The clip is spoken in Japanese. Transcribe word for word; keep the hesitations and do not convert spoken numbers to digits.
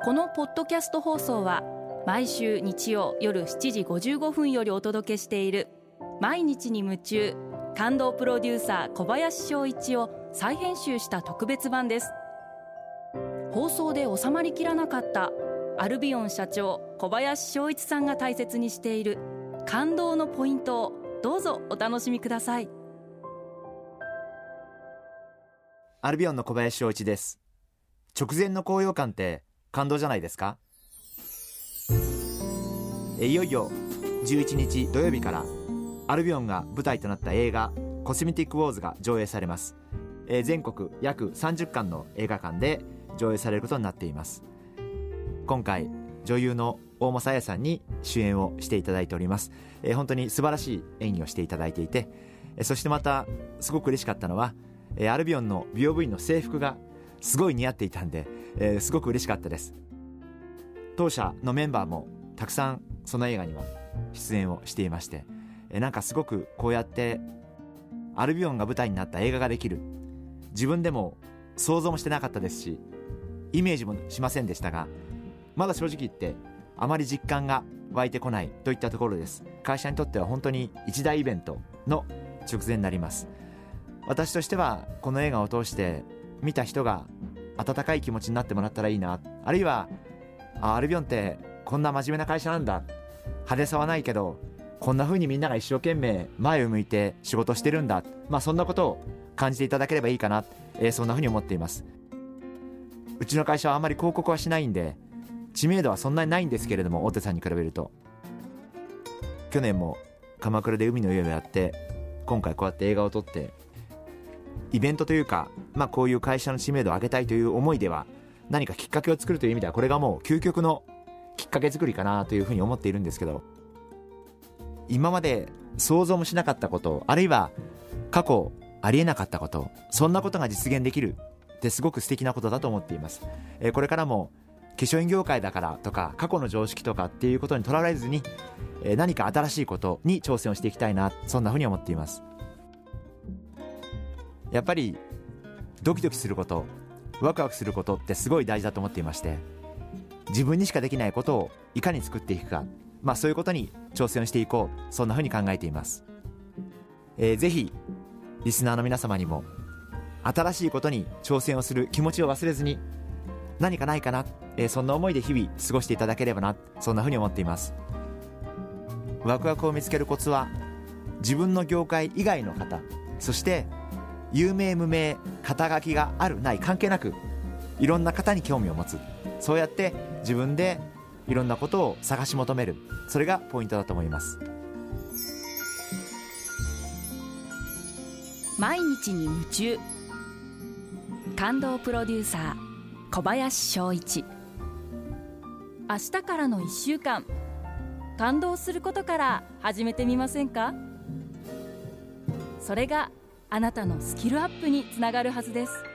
このポッドキャスト放送は毎週日曜夜しちじごじゅうごふんよりお届けしている毎日に夢中感動プロデューサー小林翔一を再編集した特別版です。放送で収まりきらなかったアルビオン社長小林翔一さんが大切にしている感動のポイントをどうぞお楽しみください。 アルビオンの小林翔一です。直前の高揚感って感動じゃないですか。えいよいよじゅういちにち土曜日からアルビオンが舞台となった映画コスメティックウォーズが上映されます。えー、全国約さんじゅっかんの映画館で上映されることになっています。今回女優の大政絢さんに主演をしていただいております。えー、本当に素晴らしい演技をしていただいていて、えー、そしてまたすごく嬉しかったのは、えー、アルビオンの美容部員の制服がすごい似合っていたんで、えー、すごく嬉しかったです。当社のメンバーもたくさんその映画には出演をしていまして、えー、なんかすごくこうやってアルビオンが舞台になった映画ができる、自分でも想像もしてなかったですしイメージもしませんでしたが、まだ正直言ってあまり実感が湧いてこないといったところです。会社にとっては本当に一大イベントの直前になります。私としてはこの映画を通して見た人が温かい気持ちになってもらったらいいな、あるいはあアルビオンってこんな真面目な会社なんだ、派手さはないけどこんな風にみんなが一生懸命前を向いて仕事してるんだ、まあそんなことを感じていただければいいかな、えー、そんな風に思っています。うちの会社はあまり広告はしないんで知名度はそんなにないんですけれども、大手さんに比べると去年も鎌倉で海の家をやって、今回こうやって映画を撮ってイベントというか、まあこういう会社の知名度を上げたいという思いでは何かきっかけを作るという意味ではこれがもう究極のきっかけ作りかなというふうに思っているんですけど、今まで想像もしなかったこと、あるいは過去ありえなかったこと、そんなことが実現できるってすごく素敵なことだと思っています。えー、これからも化粧品業界だからとか過去の常識とかっていうことにとらわれずに、えー、何か新しいことに挑戦をしていきたいな、そんなふうに思っています。やっぱりドキドキすること、ワクワクすることってすごい大事だと思っていまして、自分にしかできないことをいかに作っていくか、まあそういうことに挑戦をしていこう、そんなふうに考えています。えー、ぜひリスナーの皆様にも新しいことに挑戦をする気持ちを忘れずに、何かないかな、えー、そんな思いで日々過ごしていただければな、そんなふうに思っています。ワクワクを見つけるコツは自分の業界以外の方、そして有名無名、肩書きがあるない関係なくいろんな方に興味を持つ、そうやって自分でいろんなことを探し求める、それがポイントだと思います。 毎日に夢中感動プロデューサー小林翔一。明日からのいっしゅうかん、感動することから始めてみませんか。それがあなたのスキルアップにつながるはずです。